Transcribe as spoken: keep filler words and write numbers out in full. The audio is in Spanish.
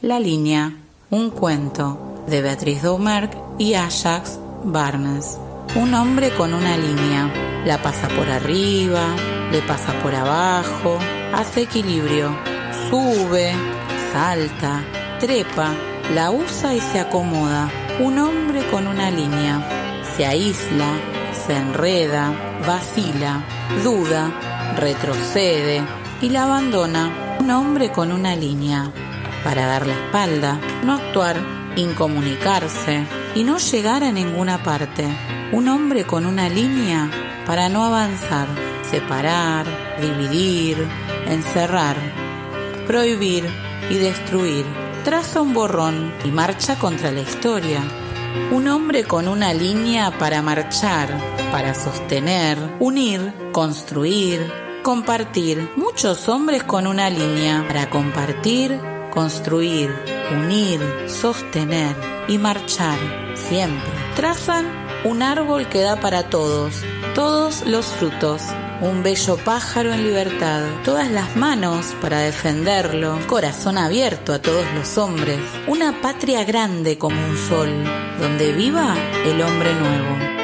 La línea, un cuento de Beatriz Doumerc y Ajax Barnes. Un hombre con una línea, la pasa por arriba, le pasa por abajo, hace equilibrio, sube, salta, trepa, la usa y se acomoda. Un hombre con una línea, se aísla, se enreda, vacila, duda, retrocede y la abandona. Un hombre con una línea, para dar la espalda, no actuar, incomunicarse y no llegar a ninguna parte. Un hombre con una línea para no avanzar, separar, dividir, encerrar, prohibir y destruir. Traza un borrón y marcha contra la historia. Un hombre con una línea para marchar, para sostener, unir, construir, compartir. Muchos hombres con una línea para compartir, construir, unir, sostener y marchar siempre. Trazan un árbol que da para todos, todos los frutos. Un bello pájaro en libertad, todas las manos para defenderlo, corazón abierto a todos los hombres, una patria grande como un sol, donde viva el hombre nuevo.